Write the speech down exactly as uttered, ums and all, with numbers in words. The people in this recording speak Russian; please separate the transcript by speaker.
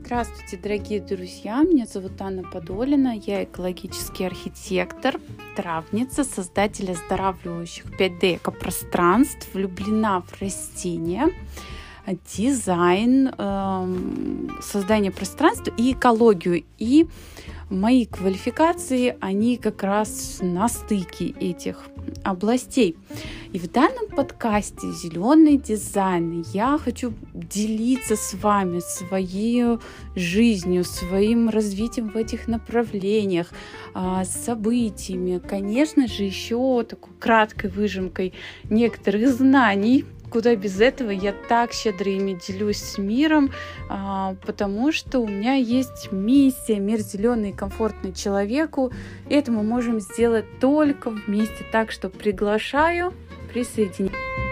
Speaker 1: Здравствуйте, дорогие друзья! Меня зовут Анна Подолина. Я экологический архитектор, травница, создатель оздоравливающих пять дэ экопространств, влюблена в растения, дизайн, создание пространства и экологию. И мои квалификации, они как раз на стыке этих областей. И в данном подкасте «Зеленый дизайн» я хочу делиться с вами своей жизнью, своим развитием в этих направлениях, событиями, конечно же, еще такой краткой выжимкой некоторых знаний. Куда без этого, я так щедро ими делюсь с миром, потому что у меня есть миссия, мир зеленый и комфортный человеку. И это мы можем сделать только вместе. Так что приглашаю присоединиться.